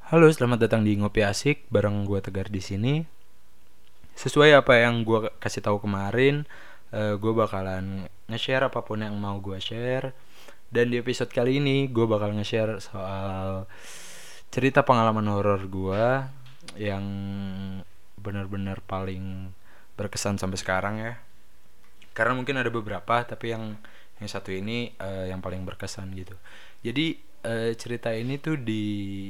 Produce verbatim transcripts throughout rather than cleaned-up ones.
Halo, selamat datang di Ngopi Asik bareng gue Tegar di sini. Sesuai apa yang gue kasih tahu kemarin, uh, gue bakalan nge-share apapun yang mau gue share. Dan di episode kali ini gue bakal nge-share soal cerita pengalaman horor gue yang benar-benar paling berkesan sampai sekarang ya. Karena mungkin ada beberapa, tapi yang yang satu ini uh, yang paling berkesan gitu. Jadi uh, cerita ini tuh di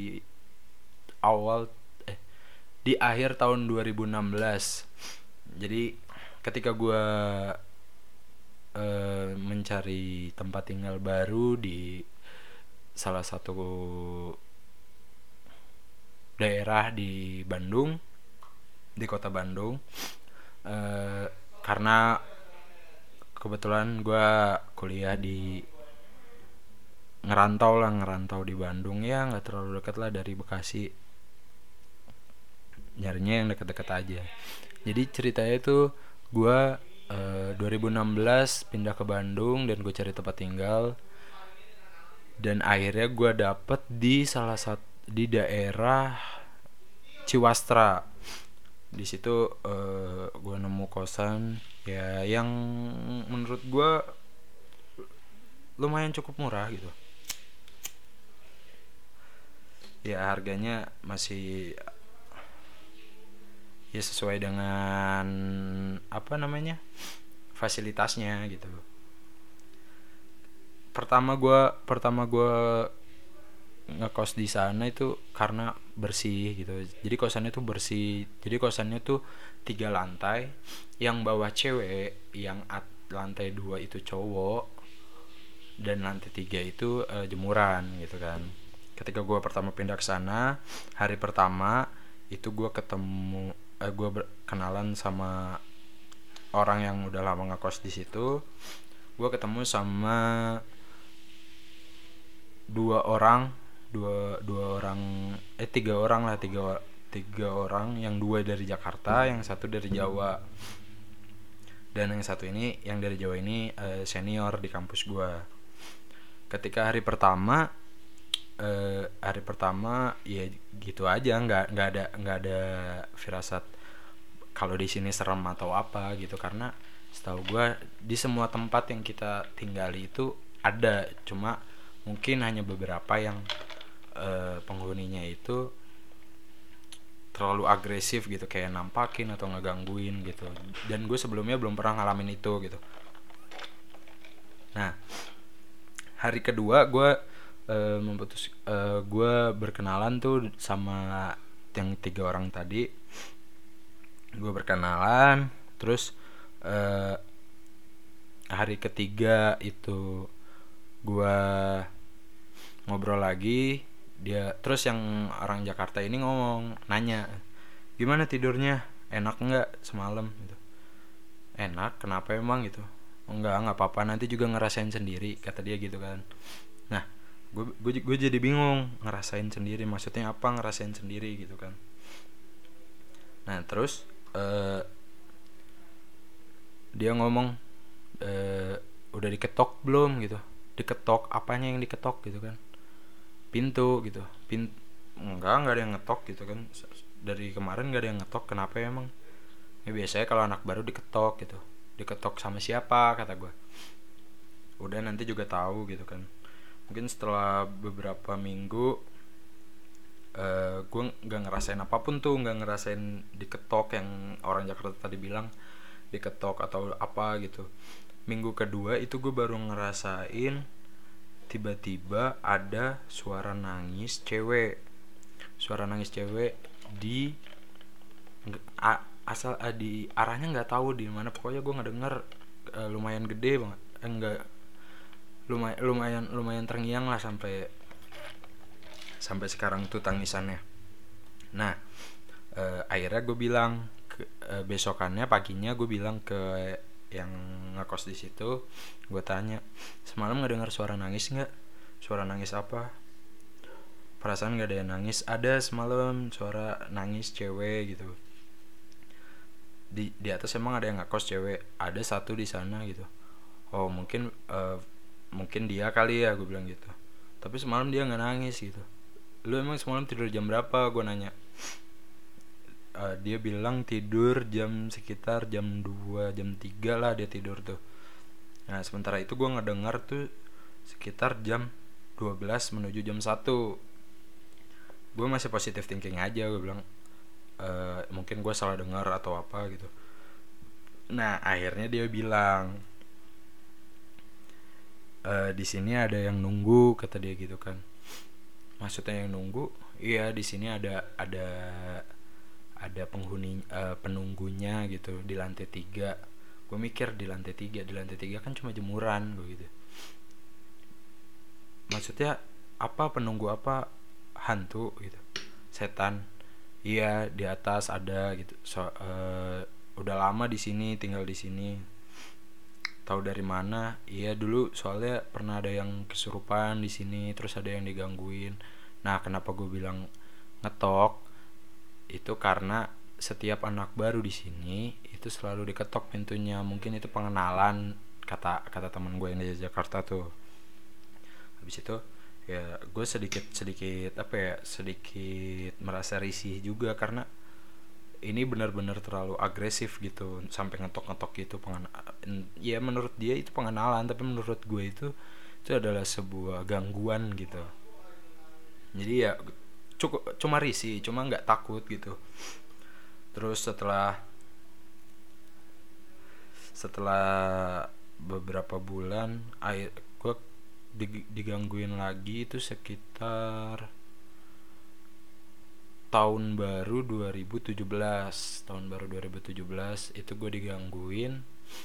awal eh di akhir tahun dua ribu enam belas. Jadi ketika gue eh, mencari tempat tinggal baru di salah satu daerah di Bandung, di kota Bandung, eh, karena kebetulan gue kuliah di ngerantau lah ngerantau di Bandung, ya nggak terlalu dekat lah dari Bekasi, nyarinya yang deket-deket aja. Jadi ceritanya itu gue uh, dua ribu enam belas pindah ke Bandung dan gue cari tempat tinggal, dan akhirnya gue dapet di salah satu di daerah Ciwastra. Di situ uh, gue nemu kosan ya yang menurut gue lumayan cukup murah gitu. Ya harganya masih ya sesuai dengan apa namanya fasilitasnya gitu. Pertama gue pertama gue ngekos di sana itu karena bersih gitu. Jadi kosannya tuh bersih. Jadi kosannya tuh tiga lantai, yang bawah cewek, yang at, lantai dua itu cowok, dan lantai tiga itu uh, jemuran gitu kan. Ketika gue pertama pindah ke sana, hari pertama itu gue ketemu uh, gue berkenalan sama orang yang udah lama ngekos di situ. Gue ketemu sama dua orang dua dua orang eh tiga orang lah tiga tiga orang, yang dua dari Jakarta, yang satu dari Jawa, dan yang satu ini yang dari Jawa ini uh, senior di kampus gue. Ketika hari pertama uh, hari pertama ya gitu aja, nggak nggak ada nggak ada firasat kalau di sini serem atau apa gitu, karena setahu gue di semua tempat yang kita tinggali itu ada, cuma mungkin hanya beberapa yang uh, penghuninya itu terlalu agresif gitu, kayak nampakin atau ngegangguin gitu. Dan gue sebelumnya belum pernah ngalamin itu gitu. Nah, hari kedua gue uh, memutus uh, gue berkenalan tuh sama yang tiga orang tadi. Gue berkenalan, terus uh, hari ketiga itu gue ngobrol lagi. Dia terus yang orang Jakarta ini ngomong, nanya, gimana tidurnya, enak nggak semalam gitu. Enak, kenapa emang gitu? Enggak, nggak apa-apa, nanti juga ngerasain sendiri, kata dia gitu kan. Nah, gue gue gue jadi bingung, ngerasain sendiri maksudnya apa, ngerasain sendiri gitu kan. Nah terus uh, dia ngomong, uh, udah diketok belum gitu. Diketok apanya, yang diketok gitu kan? Pintu gitu. Pin enggak enggak ada yang ngetok gitu kan, dari kemarin enggak ada yang ngetok, kenapa emang? Ya biasanya kalau anak baru diketok gitu. Diketok sama siapa, kata gue. Udah nanti juga tahu gitu kan. Mungkin setelah beberapa minggu uh, gue nggak ngerasain apapun tuh, nggak ngerasain diketok yang orang Jakarta tadi bilang diketok atau apa gitu. Minggu kedua itu gue baru ngerasain tiba-tiba ada suara nangis cewek. Suara nangis cewek di a, asal a, di arahnya nggak tahu di mana, pokoknya gue ngedenger e, lumayan gede banget. Eh, enggak lumayan lumayan lumayan terngiang lah sampai sampai sekarang tuh tangisannya. Nah, e, akhirnya gue bilang ke, e, besokannya paginya gue bilang ke yang ngekos di situ, gue tanya, semalam nggak dengar suara nangis nggak? Suara nangis apa? Perasaan nggak ada yang nangis. Ada semalam suara nangis cewek gitu. Di di atas emang ada yang ngekos cewek, ada satu di sana gitu. Oh mungkin uh, mungkin dia kali ya, gue bilang gitu. Tapi semalam dia nggak nangis gitu. lu emang semalam tidur jam berapa, gue nanya. Uh, dia bilang tidur jam sekitar jam dua jam tiga lah dia tidur tuh. Nah sementara itu gue ngedengar tuh sekitar jam dua belas menuju jam satu. Gue masih positive thinking aja, gue bilang e, mungkin gue salah dengar atau apa gitu. Nah akhirnya dia bilang e, di sini ada yang nunggu, kata dia gitu kan. Maksudnya yang nunggu? Iya, di sini ada ada ada penghuni uh, penunggunya gitu di lantai tiga. Gue mikir di lantai tiga, di lantai tiga kan cuma jemuran gue gitu. Maksudnya apa, penunggu apa, hantu gitu, setan? Iya di atas ada gitu. So, uh, udah lama di sini, tinggal di sini. Tahu dari mana? Iya dulu soalnya pernah ada yang kesurupan di sini, terus ada yang digangguin. Nah kenapa gue bilang ngetok? Itu karena setiap anak baru di sini itu selalu diketok pintunya. Mungkin itu pengenalan, kata kata teman gue yang di Jakarta tuh. Habis itu ya gue sedikit sedikit apa ya sedikit merasa risih juga karena ini benar-benar terlalu agresif gitu sampai ngetok-ngetok gitu. Pengen- ya menurut dia itu pengenalan, tapi menurut gue itu itu adalah sebuah gangguan gitu. Jadi ya cukup cuma risih, cuma nggak takut gitu. Terus setelah setelah beberapa bulan air gue digangguin lagi itu sekitar tahun baru dua ribu tujuh belas. Tahun baru dua ribu tujuh belas itu gue digangguin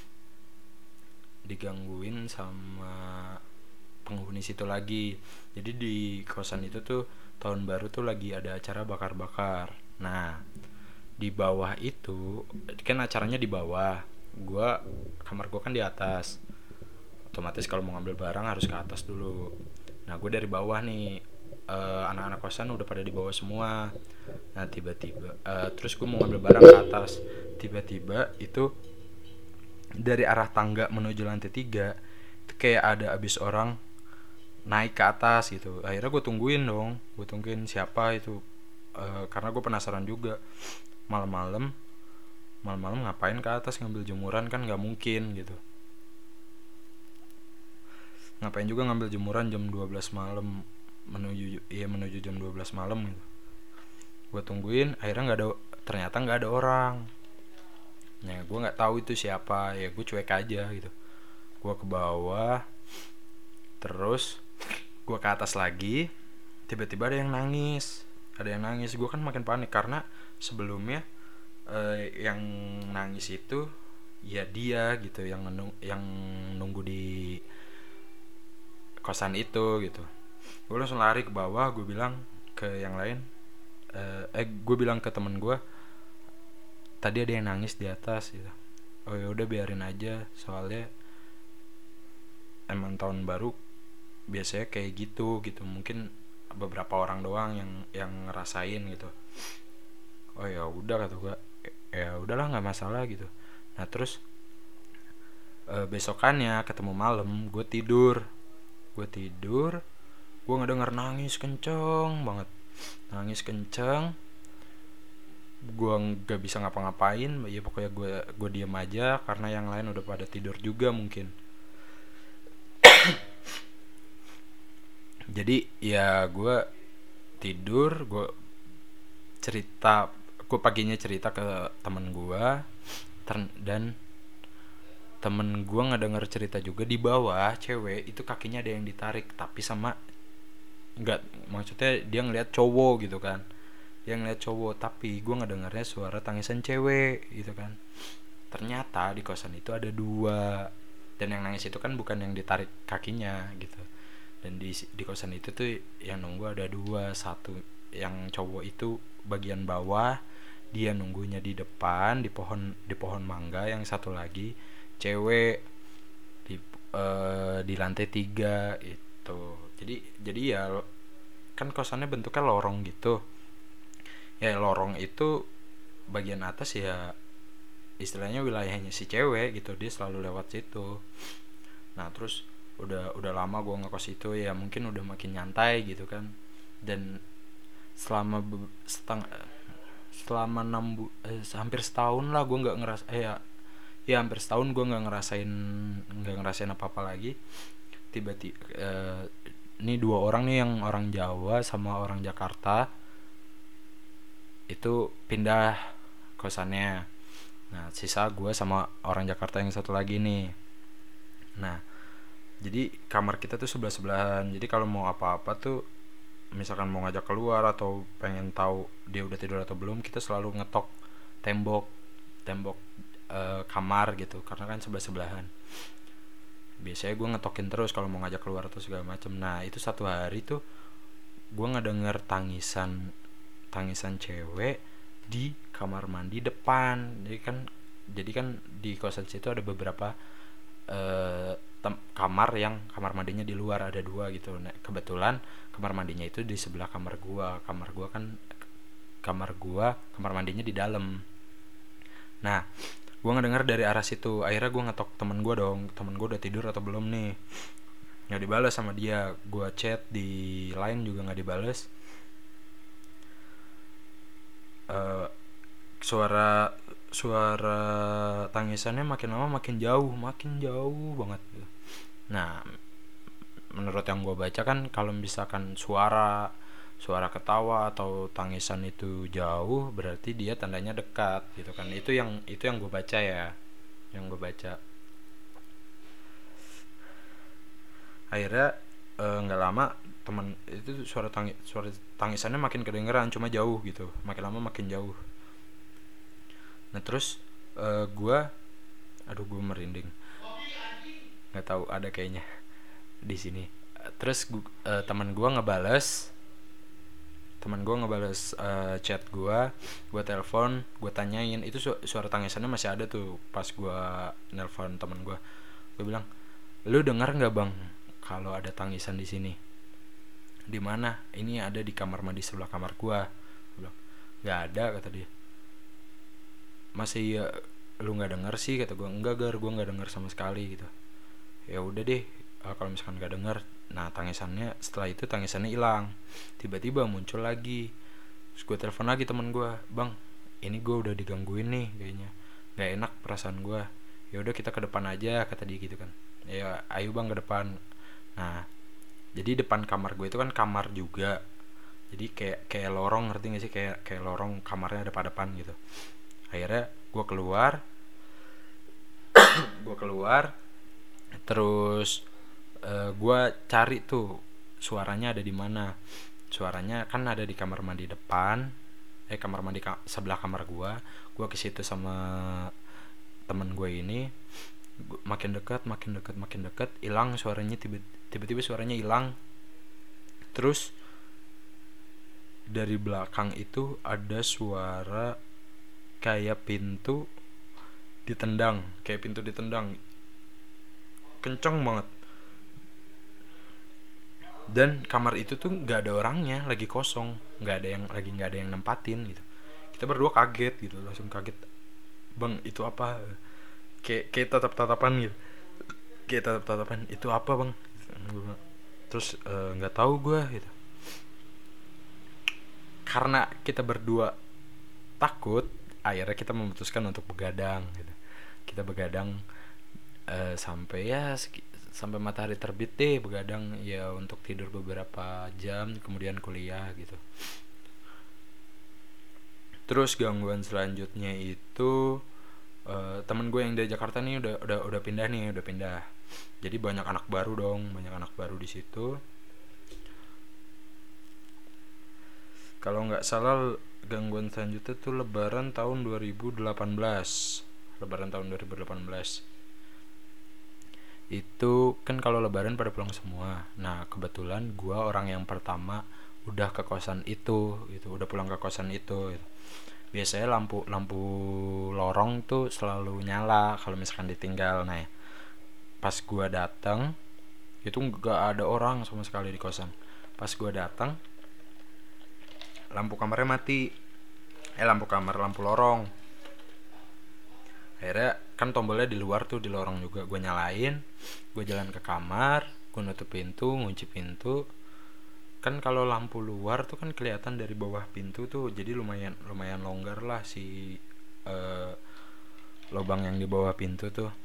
digangguin sama penghuni situ lagi. Jadi di kosan itu tuh tahun baru tuh lagi ada acara bakar-bakar. Nah di bawah itu kan acaranya di bawah, gua kamar gua kan di atas, otomatis kalau mau ngambil barang harus ke atas dulu. Nah gue dari bawah nih, uh, anak-anak kosan udah pada di bawah semua. Nah tiba-tiba uh, terus gue mau ngambil barang ke atas, tiba-tiba itu dari arah tangga menuju lantai tiga itu kayak ada abis orang naik ke atas gitu. Akhirnya gue tungguin dong, gue tungguin siapa itu, uh, karena gue penasaran juga. Malam-malam, malam-malam ngapain ke atas ngambil jemuran, kan nggak mungkin gitu. Ngapain juga ngambil jemuran jam dua belas malam menuju iya menuju jam dua belas malam gitu. Gue tungguin, akhirnya nggak ada, ternyata nggak ada orang. Nah gue nggak tahu itu siapa, ya gue cuek aja gitu. Gue ke bawah, terus gue ke atas lagi, tiba-tiba ada yang nangis, ada yang nangis. Gue kan makin panik karena sebelumnya eh, yang nangis itu ya dia gitu, yang nung- yang nunggu di kosan itu gitu. Gue langsung lari ke bawah, gue bilang ke yang lain, eh, eh gue bilang ke temen gue, tadi ada yang nangis di atas gitu. Oh ya udah biarin aja, soalnya emang tahun baru biasanya kayak gitu gitu. Mungkin beberapa orang doang yang yang ngerasain gitu. Oh ya udah, kata gue, ya udahlah nggak masalah gitu. Nah terus e, besokannya ketemu malam, gue tidur gue tidur gue ngedenger nangis kenceng banget, nangis kenceng. Gue nggak bisa ngapa-ngapain, ya pokoknya gue gue diam aja karena yang lain udah pada tidur juga mungkin. Jadi ya gue tidur, gue cerita, gue paginya cerita ke temen gue, dan temen gue ngedenger cerita juga. Di bawah cewek itu kakinya ada yang ditarik, tapi sama nggak, maksudnya dia ngeliat cowok gitu kan, dia ngeliat cowok, tapi gue ngedengarnya suara tangisan cewek gitu kan. Ternyata di kosan itu ada dua, dan yang nangis itu kan bukan yang ditarik kakinya gitu. Dan di di kosan itu tuh yang nunggu ada dua, satu yang cowok itu bagian bawah, dia nunggunya di depan di pohon di pohon mangga. Yang satu lagi cewek di uh, di lantai tiga itu. Jadi jadi ya kan kosannya bentuknya lorong gitu. Ya lorong itu bagian atas ya istilahnya wilayahnya si cewek gitu, dia selalu lewat situ. Nah terus udah udah lama gue ngekos itu, ya mungkin udah makin nyantai gitu kan. Dan selama be- setang selama enam bu eh, hampir setahun lah gue nggak ngeras eh ya ya hampir setahun gue nggak ngerasain nggak ngerasain apa apa lagi. Tiba-tiba eh, ini dua orang nih, yang orang Jawa sama orang Jakarta itu pindah kosannya. Nah sisa gue sama orang Jakarta yang satu lagi nih. Nah jadi kamar kita tuh sebelah sebelahan. Jadi kalau mau apa-apa tuh, misalkan mau ngajak keluar atau pengen tahu dia udah tidur atau belum, kita selalu ngetok tembok tembok eh, kamar gitu, karena kan sebelah sebelahan. Biasanya gue ngetokin terus kalau mau ngajak keluar atau segala macem. Nah itu satu hari tuh gue ngedenger tangisan tangisan cewek di kamar mandi depan. Jadi kan jadi kan di kosan situ ada beberapa eh, tem- kamar yang kamar mandinya di luar, ada dua gitu. Nah, kebetulan kamar mandinya itu di sebelah kamar gua. Kamar gua kan kamar gua kamar mandinya di dalam. Nah, gua ngedengar dari arah situ. Akhirnya gua ngetok temen gua dong. Temen gua udah tidur atau belum nih. Nggak dibalas sama dia. Gua chat di line juga nggak dibales. Eh, suara suara tangisannya makin lama makin jauh, makin jauh banget gitu. Nah, menurut yang gue baca kan, kalau misalkan suara suara ketawa atau tangisan itu jauh, berarti dia tandanya dekat gitu kan. Itu yang itu yang gue baca ya, yang gue baca. Akhirnya nggak eh, lama teman itu suara tangi, suara tangisannya makin kedengeran, cuma jauh gitu, makin lama makin jauh. Nah terus eh, gue aduh gue merinding, nggak tahu ada kayaknya di sini. Terus gua, uh, teman gue ngebales teman gue ngebales uh, chat gue gue telepon, gue tanyain itu su- suara tangisannya masih ada tuh. Pas gue nelpon teman gue gue bilang, lu dengar nggak bang kalau ada tangisan di sini? Di mana? Ini ada di kamar mandi sebelah kamar gue. Gue bilang nggak ada, kata dia. Masih ya, lu nggak dengar sih, kata gue. Enggak gar, gue nggak dengar sama sekali gitu. Ya udah deh, uh, kalau misalkan nggak dengar. Nah tangisannya, setelah itu tangisannya hilang, tiba-tiba muncul lagi. Terus gue telepon lagi teman gue, bang ini gue udah digangguin nih kayaknya, nggak enak perasaan gue. Ya udah kita ke depan aja, kata dia gitu kan. Ya ayo bang ke depan. Nah jadi depan kamar gue itu kan kamar juga, jadi kayak kayak lorong, ngerti gak sih, kayak kayak lorong, kamarnya ada pada depan gitu. Akhirnya gue keluar gue keluar terus uh, gue cari tuh suaranya ada di mana. Suaranya kan ada di kamar mandi depan, eh kamar mandi ka- sebelah kamar gue. Gue ke situ sama temen gue ini. Gua, makin dekat makin dekat makin dekat, hilang suaranya. Tiba, tiba-tiba suaranya hilang. Terus dari belakang itu ada suara kayak pintu ditendang, kayak pintu ditendang kenceng banget. Dan kamar itu tuh nggak ada orangnya, lagi kosong, nggak ada yang lagi nggak ada yang nempatin gitu. Kita berdua kaget gitu, langsung kaget, bang itu apa? Kayak kayak tatap tatapan gitu, kayak tatap tatapan, itu apa bang? Terus nggak uh, tahu gue gitu. Karena kita berdua takut, akhirnya kita memutuskan untuk begadang gitu. Kita begadang uh, sampai ya sampai matahari terbit deh, begadang ya untuk tidur beberapa jam, kemudian kuliah gitu. Terus gangguan selanjutnya itu uh, temen gue yang dari Jakarta nih udah udah udah pindah nih, udah pindah. Jadi banyak anak baru dong, banyak anak baru di situ. Kalau nggak salah gangguan selanjutnya tuh Lebaran tahun dua ribu delapan belas. Lebaran tahun dua ribu delapan belas. Itu kan kalau lebaran pada pulang semua. Nah kebetulan gue orang yang pertama udah ke kosan itu gitu, udah pulang ke kosan itu gitu. Biasanya lampu lampu lorong tuh selalu nyala kalau misalkan ditinggal. Nah pas gue datang itu nggak ada orang sama sekali di kosan. Pas gue datang lampu kamarnya mati, eh lampu kamar lampu lorong. Akhirnya kan tombolnya di luar tuh, di lorong juga. Gue nyalain, gue jalan ke kamar, gue nutup pintu, ngunci pintu. kan kalau lampu luar tuh kan kelihatan dari bawah pintu tuh, jadi lumayan lumayan longgar lah si uh, lubang yang di bawah pintu tuh.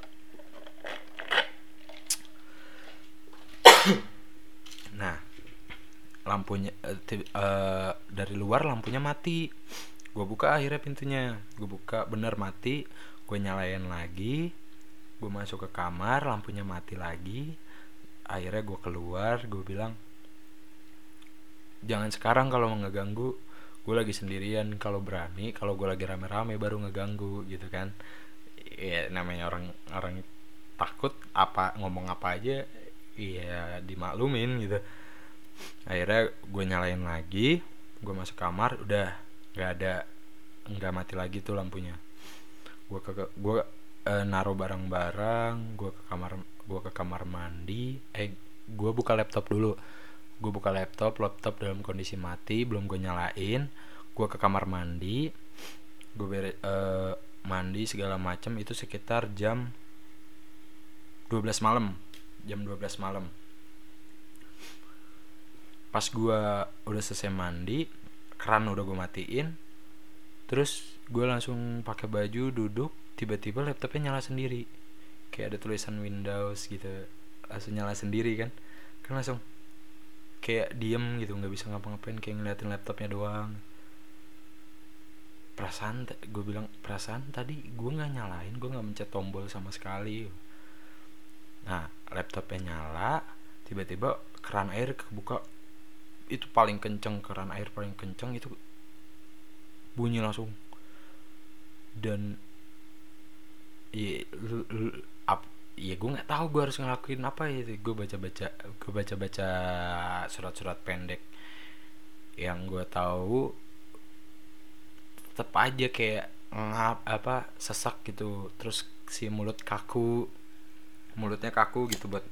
Nah, lampunya uh, t- uh, dari luar lampunya mati. Gue buka akhirnya pintunya, gue buka bener mati. Gue nyalain lagi, gue masuk ke kamar, lampunya mati lagi. Akhirnya gue keluar, gue bilang jangan sekarang kalau mau ngeganggu, gue lagi sendirian. Kalau berani, kalau gue lagi rame-rame baru ngeganggu gitu kan. Ya namanya orang orang takut, apa ngomong apa aja ya dimaklumin gitu. Akhirnya gue nyalain lagi, gue masuk kamar, udah nggak ada, nggak mati lagi tuh lampunya. Gue ke gue uh, naruh barang-barang, gue ke kamar gue ke kamar mandi. Eh gue buka laptop dulu. Gue buka laptop, laptop dalam kondisi mati, belum gue nyalain. Gue ke kamar mandi, gue bere, uh, mandi segala macam. Itu sekitar jam dua belas malam, jam dua belas malam. Pas gue udah selesai mandi, keran udah gue matiin, terus gue langsung pakai baju duduk, tiba-tiba laptopnya nyala sendiri, kayak ada tulisan Windows gitu, langsung nyala sendiri kan, kan langsung kayak diem gitu, nggak bisa ngapa-ngapain, kayak ngeliatin laptopnya doang. Perasaan, gue bilang perasaan tadi gue nggak nyalain, gue nggak mencet tombol sama sekali. Nah laptopnya nyala, tiba-tiba keran air kebuka, itu paling kenceng, keran air paling kenceng itu bunyi langsung. Dan ya, l, l, ap, ya gue nggak tahu gue harus ngelakuin apa ya. Gue baca-baca, gue baca-baca surat-surat pendek yang gue tahu, tetap aja kayak ngap apa sesak gitu, terus si mulut kaku, mulutnya kaku gitu buat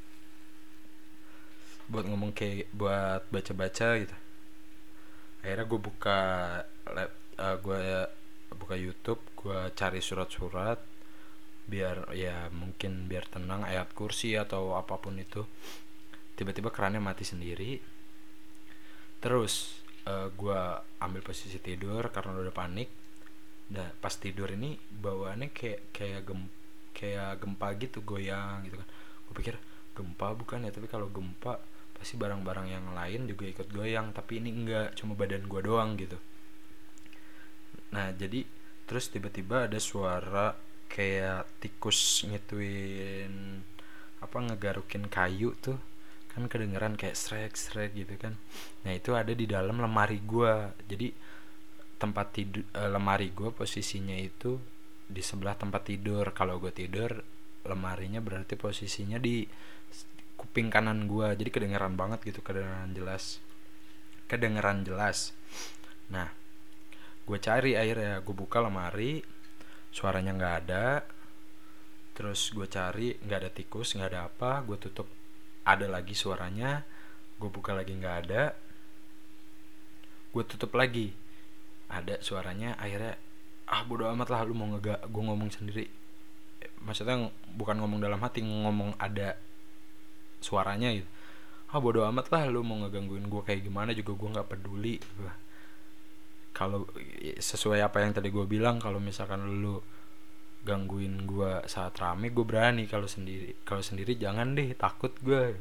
buat ngomong kayak buat baca-baca gitu. Akhirnya gue buka lab, uh, gue buka YouTube, gue cari surat-surat biar ya mungkin biar tenang, ayat kursi atau apapun itu. Tiba-tiba kerannya mati sendiri. Terus uh, gue ambil posisi tidur karena udah panik. Nah pas tidur ini bawaannya kayak kayak gem, kayak gempa gitu, goyang gitu kan. Gue pikir gempa bukan ya, tapi kalau gempa pasti barang-barang yang lain juga ikut goyang, tapi ini enggak, cuma badan gue doang gitu. Nah jadi terus tiba-tiba ada suara kayak tikus ngituin apa, ngegarukin kayu tuh kan, kedengeran kayak srek-srek gitu kan. Nah itu ada di dalam lemari gue. Jadi tempat tidur, eh, lemari gue posisinya itu di sebelah tempat tidur. Kalau gue tidur, lemarinya berarti posisinya di kuping kanan gue, jadi kedengeran banget gitu, kedengeran jelas, kedengeran jelas. Nah gue cari akhirnya, gue buka lemari, suaranya nggak ada. Terus gue cari, nggak ada tikus, nggak ada apa. Gue tutup, ada lagi suaranya. Gue buka lagi, nggak ada. Gue tutup lagi, ada suaranya. Akhirnya ah bodo amat lah, lu mau ngegak, gue ngomong sendiri. Maksudnya bukan ngomong dalam hati, ngomong ada suaranya gitu. Ah bodo amat lah, lu mau ngegangguin gue kayak gimana juga gue nggak peduli. Kalau sesuai apa yang tadi gue bilang, kalau misalkan lu gangguin gue saat rame, gue berani. Kalau sendiri, kalau sendiri jangan deh, takut gue.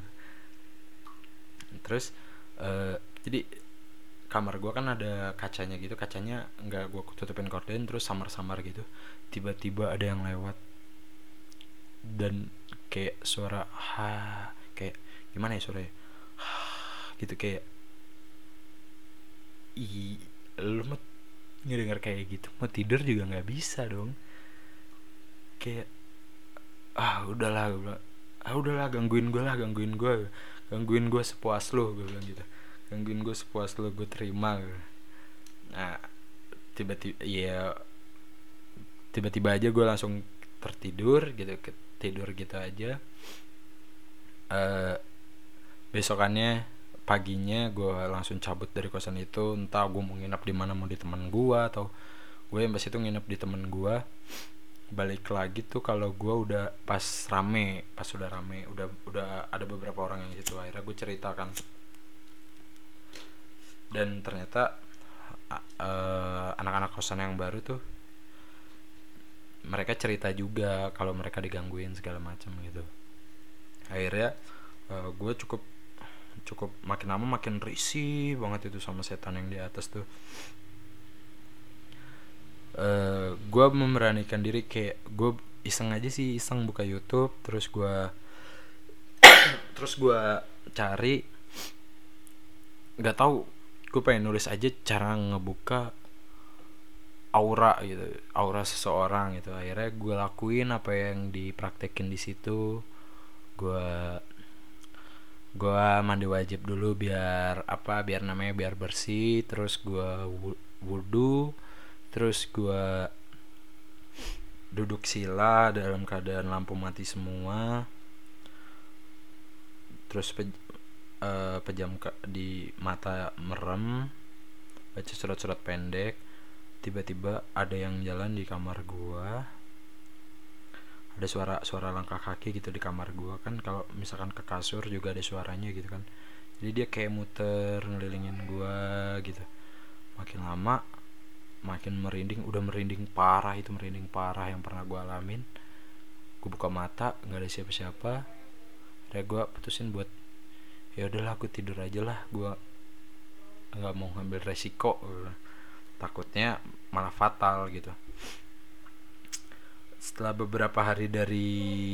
Terus uh, jadi kamar gue kan ada kacanya gitu, kacanya nggak gue tutupin korden, terus samar-samar gitu. Tiba-tiba ada yang lewat dan kayak suara ha, kayak gimana ya suaranya, gitu kayak ih, lu mau ngedenger kayak gitu mau tidur juga nggak bisa dong. Kayak ah udahlah, gue bilang, ah udahlah gangguin gue lah, gangguin gue, gangguin gue sepuas lo, gue bilang gitu, gangguin gue sepuas lo, gue terima. Nah tiba-tiba ya tiba-tiba aja gue langsung tertidur gitu, tidur gitu aja. Uh, besokannya paginya gue langsung cabut dari kosan itu. Entah gue mau nginep di mana, mau di teman gue, atau gue yang pas itu nginep di teman gue. Balik lagi tuh kalau gue udah pas rame, pas udah rame, udah udah ada beberapa orang yang situ. Akhirnya gue ceritakan, Dan ternyata uh, anak-anak kosan yang baru tuh mereka cerita juga kalau mereka digangguin segala macam gitu. Akhirnya uh, gue cukup cukup makin lama makin risih banget itu sama setan yang di atas tuh. uh, gue memberanikan diri, kayak gue iseng aja sih, iseng buka YouTube, terus gue terus gue cari, nggak tahu, gue pengen nulis aja cara ngebuka aura gitu, aura seseorang gitu. Akhirnya gue lakuin apa yang dipraktekin di situ. Gue gue mandi wajib dulu biar apa, biar namanya biar bersih. Terus gue wudu, terus gue duduk sila dalam keadaan lampu mati semua. Terus pe- uh, pejam ke- di mata merem, baca surat-surat pendek. Tiba-tiba ada yang jalan di kamar gua, ada suara suara langkah kaki gitu di kamar gua. Kan kalau misalkan ke kasur juga ada suaranya gitu kan, jadi dia kayak muter ngelilingin gua gitu. Makin lama makin merinding, udah merinding parah, itu merinding parah yang pernah gua alamin. Gua buka mata, nggak ada siapa-siapa. Akhirnya gua putusin buat ya udahlah aku tidur aja lah, gua nggak mau ngambil resiko, takutnya malah fatal gitu. Setelah beberapa hari dari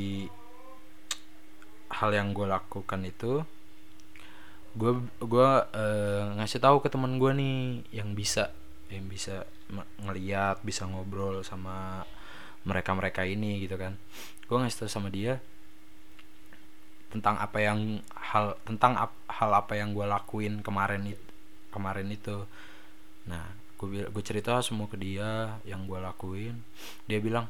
hal yang gue lakukan itu, gue gue uh, ngasih tahu ke teman gue nih yang bisa yang bisa ngeliat, bisa ngobrol sama mereka mereka ini gitu kan. Gue ngasih tahu sama dia tentang apa yang hal tentang ap, hal apa yang gue lakuin kemarin itu kemarin itu. Nah, gue gue cerita semua ke dia yang gue lakuin. Dia bilang,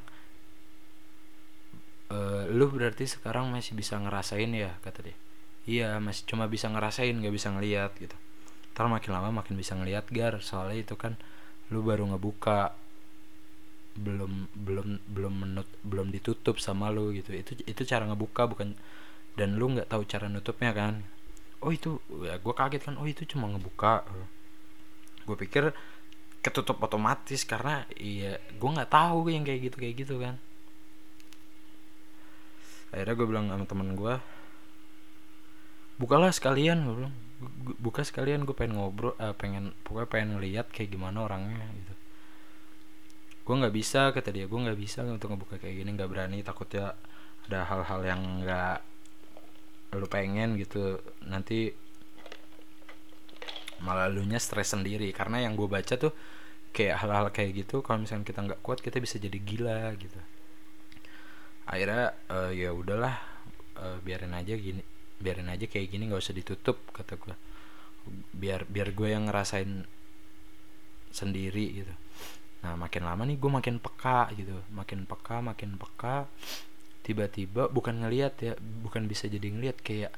e, lu berarti sekarang masih bisa ngerasain ya, kata dia. Iya, masih cuma bisa ngerasain, nggak bisa ngelihat gitu. Ntar makin lama makin bisa ngelihat, Gar, soalnya itu kan lu baru ngebuka, belum belum belum menut belum ditutup sama lu gitu. Itu itu cara ngebuka, bukan, dan lu nggak tahu cara nutupnya kan. Oh itu, ya gue kaget kan. Oh itu cuma ngebuka. Gue pikir ketutup otomatis, karena iya gue nggak tahu yang kayak gitu kayak gitu kan. Akhirnya gue bilang sama temen gue, bukalah sekalian, gue bilang, buka sekalian, gue pengen ngobrol, uh, pengen pokoknya pengen ngeliat kayak gimana orangnya gitu. Gue nggak bisa, kata dia, gue nggak bisa untuk ngebuka kayak gini, nggak berani, takutnya ada hal-hal yang nggak lu pengen gitu, nanti malah lu nya stres sendiri. Karena yang gue baca tuh kayak hal-hal kayak gitu, kalau misalnya kita nggak kuat kita bisa jadi gila gitu. Akhirnya uh, ya udahlah, uh, biarin aja gini, biarin aja kayak gini, nggak usah ditutup, kata gue. Biar biar gue yang ngerasain sendiri gitu. Nah makin lama nih gue makin peka gitu, makin peka, makin peka. Tiba-tiba bukan ngelihat ya, bukan bisa jadi ngelihat, kayak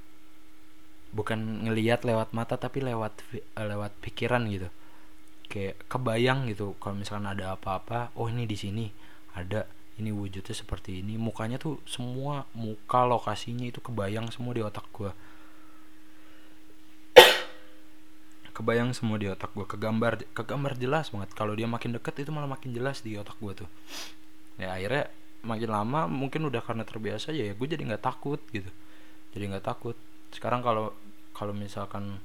bukan ngelihat lewat mata tapi lewat lewat pikiran gitu. Kayak kebayang gitu, kalau misalkan ada apa-apa, oh ini di sini ada, ini wujudnya seperti ini, mukanya tuh semua, muka lokasinya itu kebayang semua di otak gue. Kebayang semua di otak gue, kegambar kegambar jelas banget. Kalau dia makin deket itu malah makin jelas di otak gue tuh. Ya akhirnya makin lama mungkin udah karena terbiasa ya, ya gue jadi nggak takut gitu, jadi nggak takut. Sekarang kalau kalau misalkan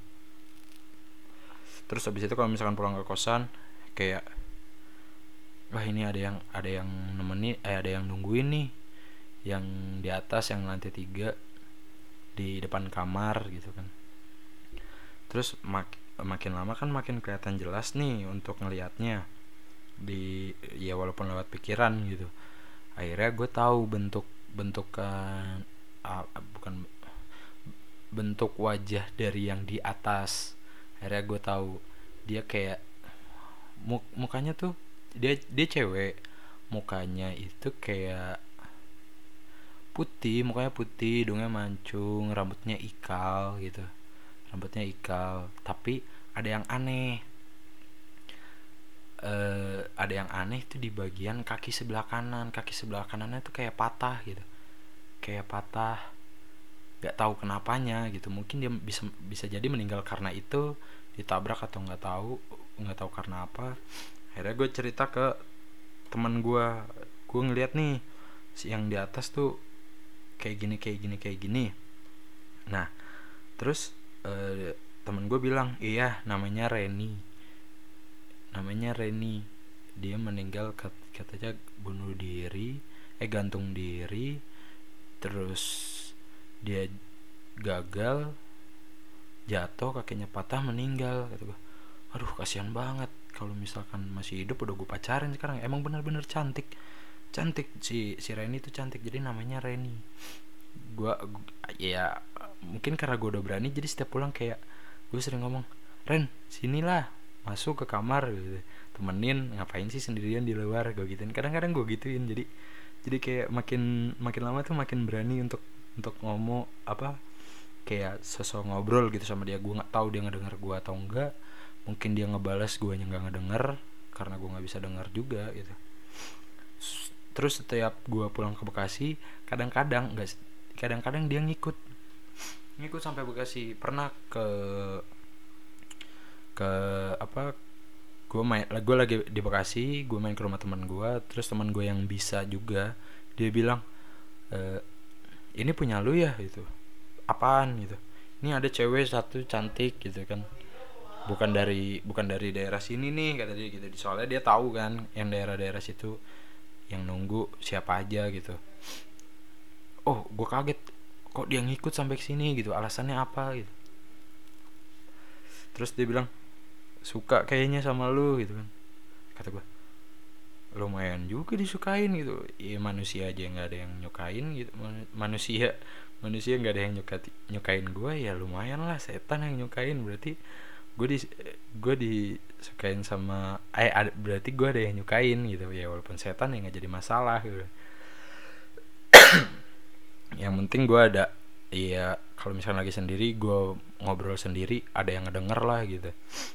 terus habis itu kalau misalkan pulang ke kosan, kayak wah ini ada yang ada yang nemenin, eh ada yang nungguin nih, yang di atas, yang lantai tiga di depan kamar gitu kan. Terus mak, makin lama kan makin kelihatan jelas nih untuk ngelihatnya di, ya walaupun lewat pikiran gitu. Akhirnya gue tahu bentuk bentuk kan uh, bukan bentuk wajah dari yang di atas. Akhirnya gue tahu dia kayak muk, mukanya tuh dia dia cewek, mukanya itu kayak putih, mukanya putih, hidungnya mancung, rambutnya ikal gitu, rambutnya ikal. Tapi ada yang aneh, uh, ada yang aneh tuh di bagian kaki sebelah kanan. Kaki sebelah kanannya tuh kayak patah gitu, kayak patah, nggak tahu kenapanya gitu. Mungkin dia bisa bisa jadi meninggal karena itu, ditabrak atau nggak tahu nggak tahu karena apa. Akhirnya gue cerita ke teman gue gue ngeliat nih si yang di atas tuh kayak gini kayak gini kayak gini. Nah terus eh, temen gue bilang iya namanya Reni namanya Reni dia meninggal kat- katanya bunuh diri eh gantung diri, terus dia gagal jatuh kakinya patah meninggal kata gue. Aduh kasihan banget, kalau misalkan masih hidup udah gue pacarin sekarang. Emang bener-bener cantik cantik si si Reni tuh cantik, jadi namanya Reni. Gue ya mungkin karena gue udah berani, jadi setiap pulang kayak gue sering ngomong, Ren sinilah masuk ke kamar gitu, temenin ngapain sih sendirian di luar, gue gituin. Kadang-kadang gue gituin, jadi jadi kayak makin makin lama tuh makin berani untuk untuk ngomong apa kayak sosok ngobrol gitu sama dia. Gue nggak tahu dia ngedenger gue atau enggak, mungkin dia ngebalas gue nya nggak ngedenger karena gue nggak bisa denger juga gitu. Terus setiap gue pulang ke Bekasi, kadang-kadang nggak kadang-kadang dia ngikut ngikut sampai Bekasi. Pernah ke ke apa gue main gue lagi di Bekasi, gue main ke rumah teman gue, terus teman gue yang bisa juga dia bilang e, ini punya lu ya gitu, apaan gitu, ini ada cewek satu cantik gitu kan, bukan dari bukan dari daerah sini nih kata dia gitu. Soalnya dia tahu kan yang daerah-daerah situ yang nunggu siapa aja gitu. Oh gue kaget, kok dia ngikut sampai sini gitu, alasannya apa gitu. Terus dia bilang suka kayaknya sama lu gitu kan. Kata gue lumayan juga disukain gitu. Iya manusia aja nggak ada yang nyukain gitu. Manusia manusia nggak ada yang nyukain nyukain gue, ya lumayan lah. Setan yang nyukain, berarti gue di gue disukain sama eh ada, berarti gue ada yang nyukain gitu ya, walaupun setan ya nggak jadi masalah gitu. Yang penting gue ada, iya kalau misalnya lagi sendiri gue ngobrol sendiri ada yang ngedenger lah gitu.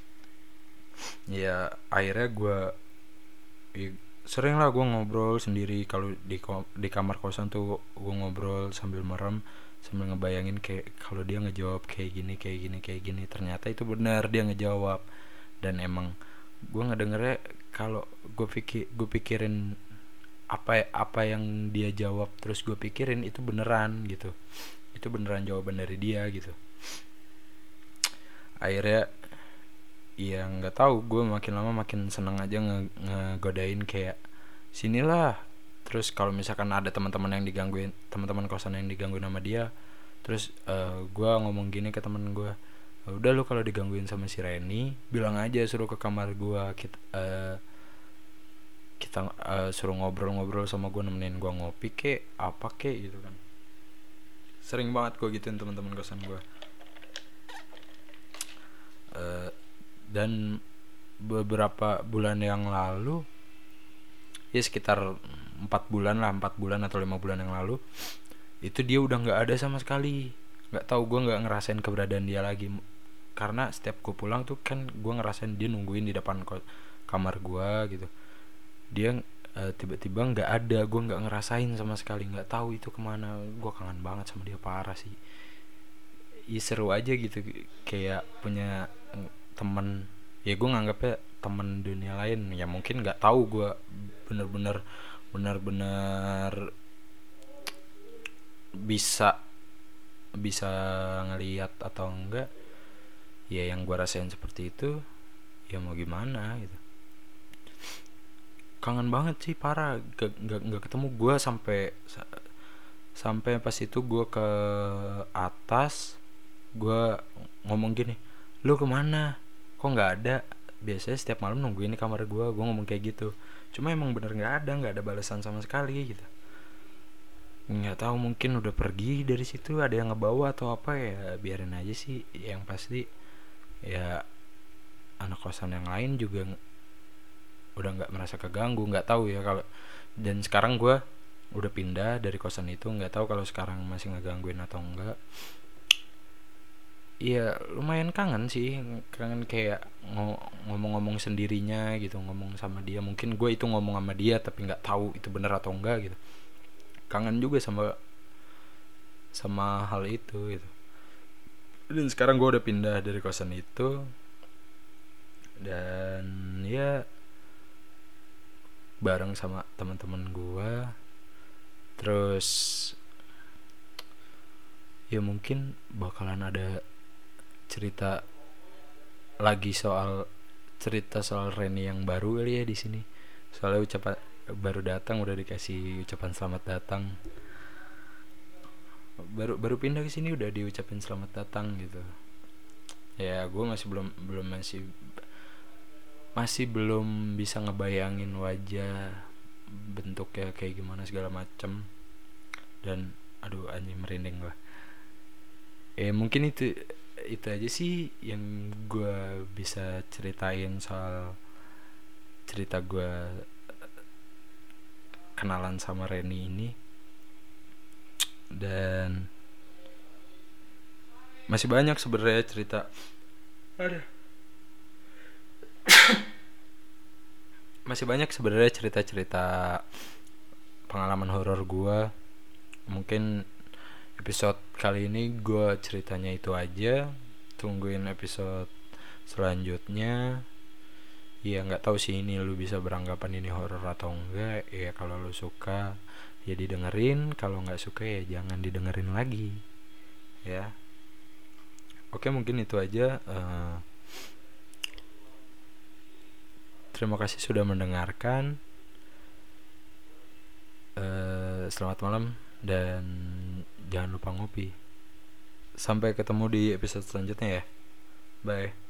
Ya akhirnya gue ya, sering lah gue ngobrol sendiri. Kalau di di kamar kosan tuh gue ngobrol sambil merem, sambil ngebayangin kayak kalau dia ngejawab kayak gini kayak gini kayak gini, ternyata itu benar dia ngejawab. Dan emang gue ngedengernya, kalau gue pikir gue pikirin apa apa yang dia jawab terus gue pikirin itu beneran gitu, itu beneran jawaban dari dia gitu. Akhirnya ya nggak tahu, gue makin lama makin seneng aja nge- ngegodain kayak sinilah. Terus kalau misalkan ada teman-teman yang digangguin, teman-teman kosan yang digangguin sama dia, terus uh, gue ngomong gini ke temen gue, udah lu kalau digangguin sama si Reni bilang aja suruh ke kamar gue, kita uh, kita uh, suruh ngobrol-ngobrol sama gue, nemenin gue ngopi kek apa kek gitu kan. Sering banget gue gituin teman-teman kosan gue. uh, dan beberapa bulan yang lalu, ya sekitar empat bulan lah, empat bulan atau lima bulan yang lalu, itu dia udah nggak ada sama sekali. Nggak tahu, gue nggak ngerasain keberadaan dia lagi, karena setiap gue pulang tuh kan gue ngerasain dia nungguin di depan ko- kamar gue gitu. Dia uh, tiba-tiba nggak ada, gue nggak ngerasain sama sekali, nggak tahu itu kemana. Gue kangen banget sama dia parah sih. Ya seru aja gitu, kayak punya temen. Ya gue nganggapnya temen dunia lain. Ya mungkin nggak tahu gue bener-bener bener-bener bisa bisa ngelihat atau enggak. Ya yang gue rasain seperti itu, ya mau gimana gitu. Kangen banget sih parah, gak, gak, gak ketemu. Gue sampai sampai pas itu gue ke atas, gue ngomong gini, lu kemana kok nggak ada, biasanya setiap malam nungguin di kamar gue. Gue ngomong kayak gitu, cuma emang bener nggak ada, nggak ada balasan sama sekali gitu. Nggak tahu, mungkin udah pergi dari situ, ada yang ngebawa atau apa, ya biarin aja sih. Yang pasti ya anak kosan yang lain juga udah nggak merasa keganggu, nggak tahu ya kalau. Dan sekarang gue udah pindah dari kosan itu, nggak tahu kalau sekarang masih ngegangguin atau enggak. Iya lumayan kangen sih, kangen kayak ngomong-ngomong sendirinya gitu, ngomong sama dia. Mungkin gue itu ngomong sama dia tapi nggak tahu itu benar atau enggak gitu. Kangen juga sama sama hal itu gitu. Dan sekarang gue udah pindah dari kosan itu, dan ya bareng sama teman-teman gua. Terus ya mungkin bakalan ada cerita lagi soal cerita soal Reni yang baru kali ya di sini. Soalnya ucapan baru datang udah dikasih ucapan selamat datang. Baru baru pindah ke sini udah diucapin selamat datang gitu. Ya gue masih belum belum masih masih belum bisa ngebayangin wajah bentuknya kayak gimana segala macem. Dan aduh anjing merinding gue. Eh mungkin itu itu aja sih yang gue bisa ceritain soal cerita gue kenalan sama Reni ini. Dan masih banyak sebenarnya cerita. Aduh. Masih banyak sebenarnya cerita-cerita pengalaman horor gue. Mungkin episode kali ini gue ceritanya itu aja. Tungguin episode selanjutnya. Ya nggak tahu sih ini lu bisa beranggapan ini horor atau enggak. Ya kalau lu suka ya didengerin, kalau nggak suka ya jangan didengerin lagi. Ya. Oke mungkin itu aja. Uh, terima kasih sudah mendengarkan. Uh, selamat malam dan jangan lupa ngopi. Sampai ketemu di episode selanjutnya ya. Bye.